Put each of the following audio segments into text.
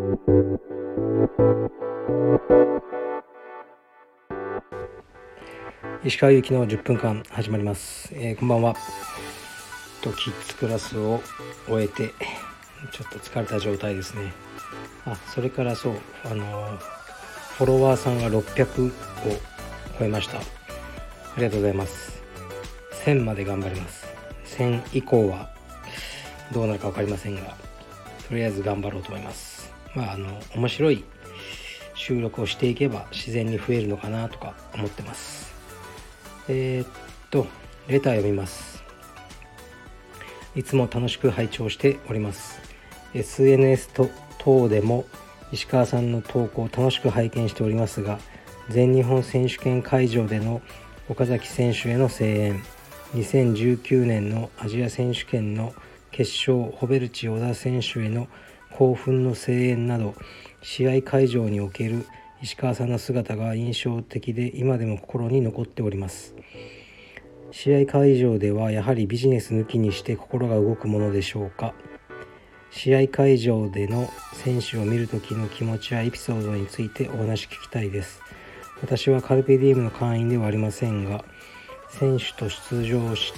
石川祐希の10分間始まります。こんばんは。キッズクラスを終えてちょっと疲れた状態ですね。それからフォロワーさんが600を超えました。ありがとうございます。1000まで頑張ります。1000以降はどうなるか分かりませんが、とりあえず頑張ろうと思います。面白い収録をしていけば自然に増えるのかなとか思ってます。レター読みます。いつも楽しく拝聴しております。 SNS 等でも石川さんの投稿を楽しく拝見しておりますが、全日本選手権会場での岡崎選手への声援、2019年のアジア選手権の決勝ホベルチ小田選手への興奮の声援など、試合会場における石川さんの姿が印象的で今でも心に残っております。試合会場ではやはりビジネス抜きにして心が動くものでしょうか。試合会場での選手を見るときの気持ちやエピソードについてお話聞きたいです。私はカルペディウムの会員ではありませんが、選手と出場した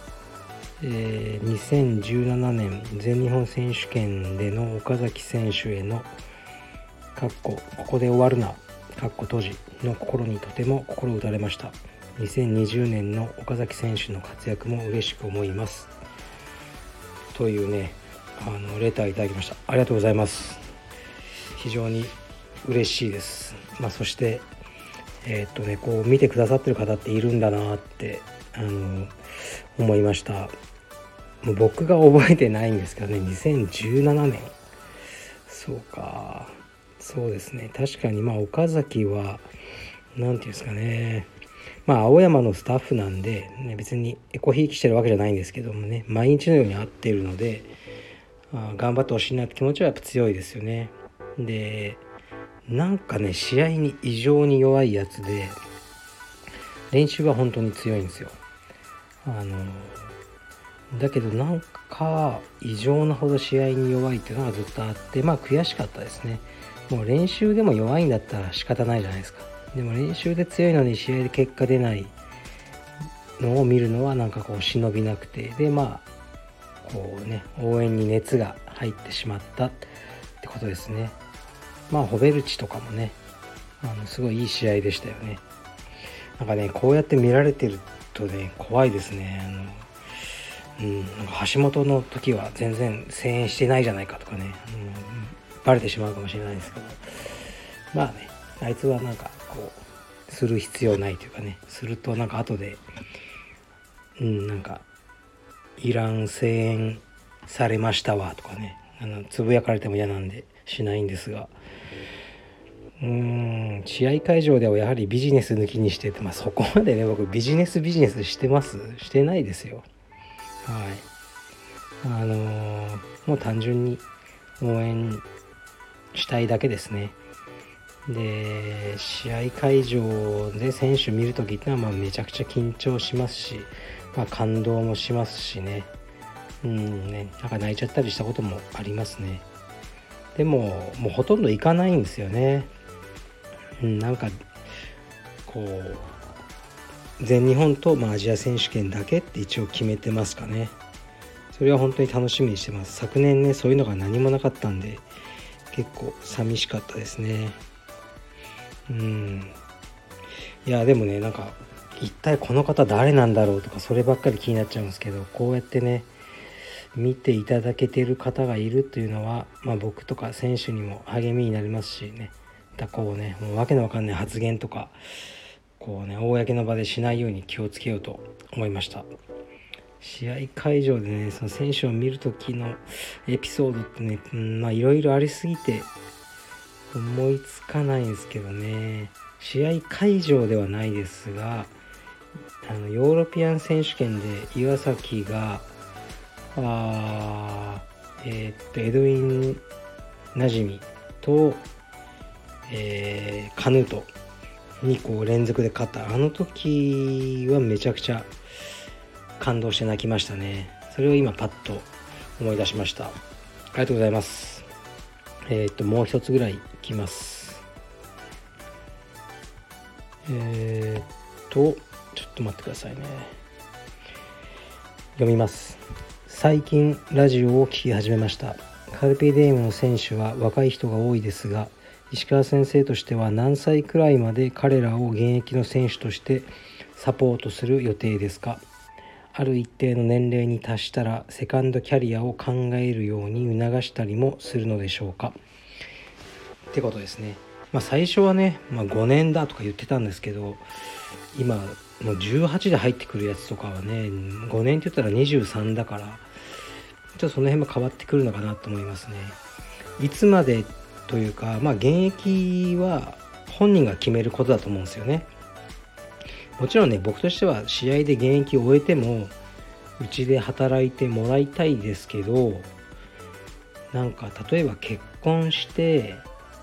、2017年全日本選手権での岡崎選手へのここで終わるな閉じの心にとても心打たれました。2020年の岡崎選手の活躍も嬉しく思います、というねレターいただきました。ありがとうございます。非常に嬉しいです。そしてこう見てくださってる方っているんだなって思いました。もう僕が覚えてないんですけどね、2017年、そうですね。確かに岡崎はなんていうんですかね、青山のスタッフなんで、別にエコひいきしてるわけじゃないんですけどもね、毎日のように会っているので頑張ってほしいなって気持ちはやっぱ強いですよね。で試合に異常に弱いやつで、練習は本当に強いんですよ。だけど異常なほど試合に弱いっていうのがずっとあって、悔しかったですね。もう練習でも弱いんだったら仕方ないじゃないですか。でも練習で強いのに試合で結果出ないのを見るのは忍びなくて、で応援に熱が入ってしまったってことですね。ホベルチとかもねすごいいい試合でしたよね。こうやって見られてるとね怖いですね。橋本の時は全然声援してないじゃないかとかね、バレてしまうかもしれないですけど、あいつはする必要ないというかね、すると後でいらん声援されましたわとかね、つぶやかれても嫌なんでしないんですが、試合会場ではやはりビジネス抜きにしてて、そこまでね僕ビジネスしてます？してないですよ。もう単純に応援したいだけですね。で、試合会場で選手見るときってのはめちゃくちゃ緊張しますし、感動もしますしね。泣いちゃったりしたこともありますね。でももうほとんど行かないんですよね。全日本とアジア選手権だけって一応決めてますかね。それは本当に楽しみにしてます。昨年ねそういうのが何もなかったんで結構寂しかったですね。いやでもね一体この方誰なんだろうとかそればっかり気になっちゃうんですけど、こうやってね見ていただけてる方がいるというのは、僕とか選手にも励みになりますしね。もうわけのわかんない発言とか公の場でしないように気をつけようと思いました。試合会場でねその選手を見る時のエピソードってねいろいろありすぎて思いつかないんですけどね。試合会場ではないですがヨーロピアン選手権で岩崎がエドウィン・ナジミと、カヌートに連続で勝った時はめちゃくちゃ感動して泣きましたね。それを今パッと思い出しました。ありがとうございます。 もう一つぐらい来ます。ちょっと待ってくださいね。読みます。最近ラジオを聞き始めました。カルピディエムの選手は若い人が多いですが、石川先生としては何歳くらいまで彼らを現役の選手としてサポートする予定ですか？ある一定の年齢に達したらセカンドキャリアを考えるように促したりもするのでしょうか？ってことですね。最初はね、5年だとか言ってたんですけど、今もう18で入ってくるやつとかはね、5年って言ったら23だから、ちょっとその辺も変わってくるのかなと思いますね。いつまでというか、現役は本人が決めることだと思うんですよね。もちろんね、僕としては試合で現役を終えてもうちで働いてもらいたいですけど、なんか例えば結婚して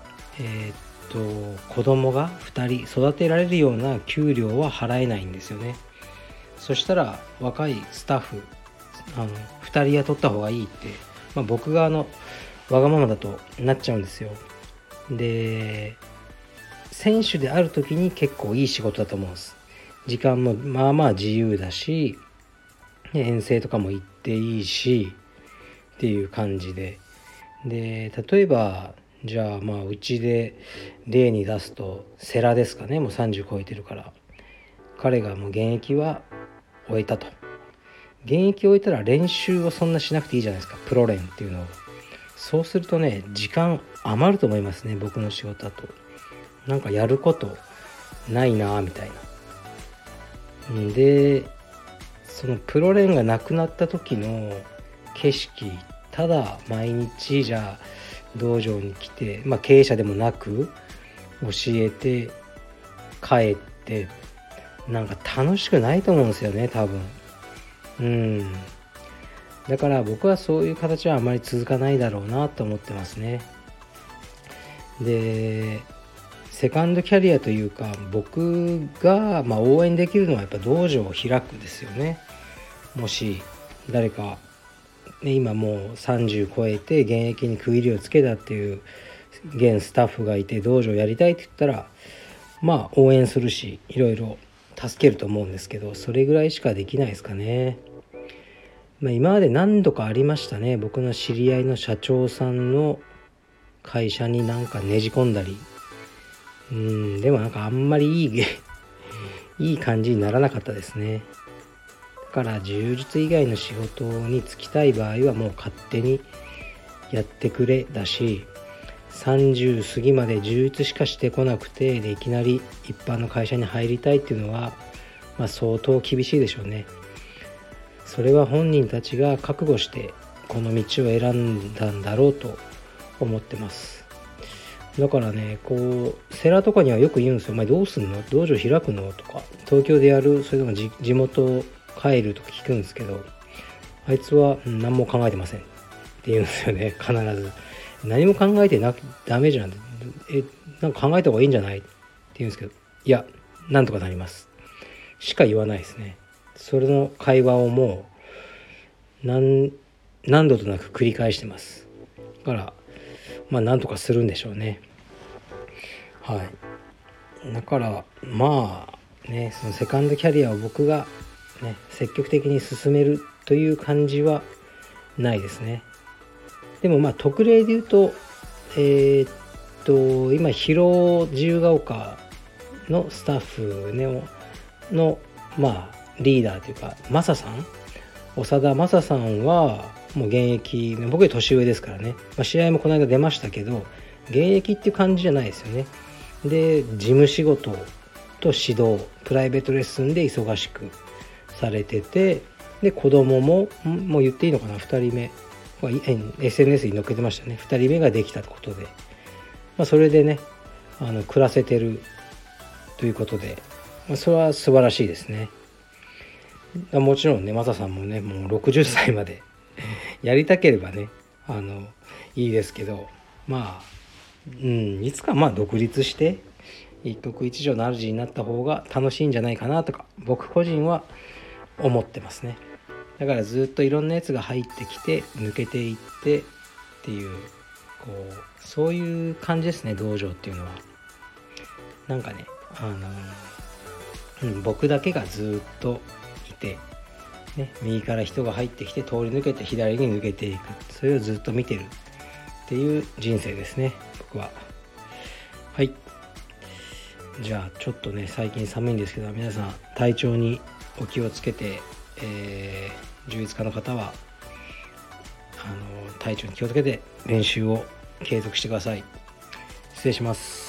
子供が2人育てられるような給料は払えないんですよね。そしたら若いスタッフ2人雇った方がいいって、僕がわがままだとなっちゃうんですよ。で、選手である時に結構いい仕事だと思うんです。時間も自由だし、遠征とかも行っていいしっていう感じで、例えばじゃあうちで例に出すと世良ですかね。もう30超えてるから、彼がもう現役は終えたと。現役を終えたら練習をそんなしなくていいじゃないですか、プロ練っていうのを。そうするとね、時間余ると思いますね。僕の仕事だとなんかやることないなみたいな。で、そのプロ練がなくなった時の景色、ただ毎日じゃ道場に来て、経営者でもなく教えて帰って、なんか楽しくないと思うんですよね、多分。だから僕はそういう形はあまり続かないだろうなと思ってますね。で、セカンドキャリアというか、僕が応援できるのはやっぱ道場を開くですよね。もし誰か、今もう30超えて現役に区切りをつけたっていう現スタッフがいて道場やりたいって言ったら、応援するしいろいろ助けると思うんですけど、それぐらいしかできないですかね。今まで何度かありましたね。僕の知り合いの社長さんの会社になんかねじ込んだり、でもなんかあんまりいい感じにならなかったですね。だから柔術以外の仕事に就きたい場合はもう勝手にやってくれだし、30過ぎまで充実しかしてこなくて、でいきなり一般の会社に入りたいっていうのは、相当厳しいでしょうね。それは本人たちが覚悟してこの道を選んだんだろうと思ってます。だからね、セラとかにはよく言うんですよ。お前どうすんの、道場開くのとか、東京でやる、それとも地元帰るとか聞くんですけど、あいつは何も考えてませんって言うんですよね。必ず何も考えてダメじゃん、なんか考えた方がいいんじゃないって言うんですけど、いや、なんとかなりますしか言わないですね。それの会話をもう何度となく繰り返してます。だからなんとかするんでしょうね。はい。だからそのセカンドキャリアを僕がね積極的に進めるという感じはないですね。でも特例で言うと今広尾自由が丘のスタッフのリーダーというかマサさん、長田マサさんはもう現役、僕より年上ですからね、試合もこの間出ましたけど現役っていう感じじゃないですよね。で、事務仕事と指導、プライベートレッスンで忙しくされてて、で子供もう言っていいのかな、2人目、SNS に載っけてましたね。2人目ができたことで、それでね暮らせてるということで、それは素晴らしいですね。もちろんね、マサさんもねもう60歳までやりたければねいいですけど、いつか独立して一国一城の主になった方が楽しいんじゃないかなとか僕個人は思ってますね。だからずっといろんなやつが入ってきて抜けていってっていうこうそういう感じですね。道場っていうのはなんかね、僕だけがずっといて、ね、右から人が入ってきて通り抜けて左に抜けていく、それをずっと見てるっていう人生ですね、僕は。はい、じゃあちょっとね最近寒いんですけど、皆さん体調にお気をつけて、充実家の方は体調に気をつけて練習を継続してください。失礼します。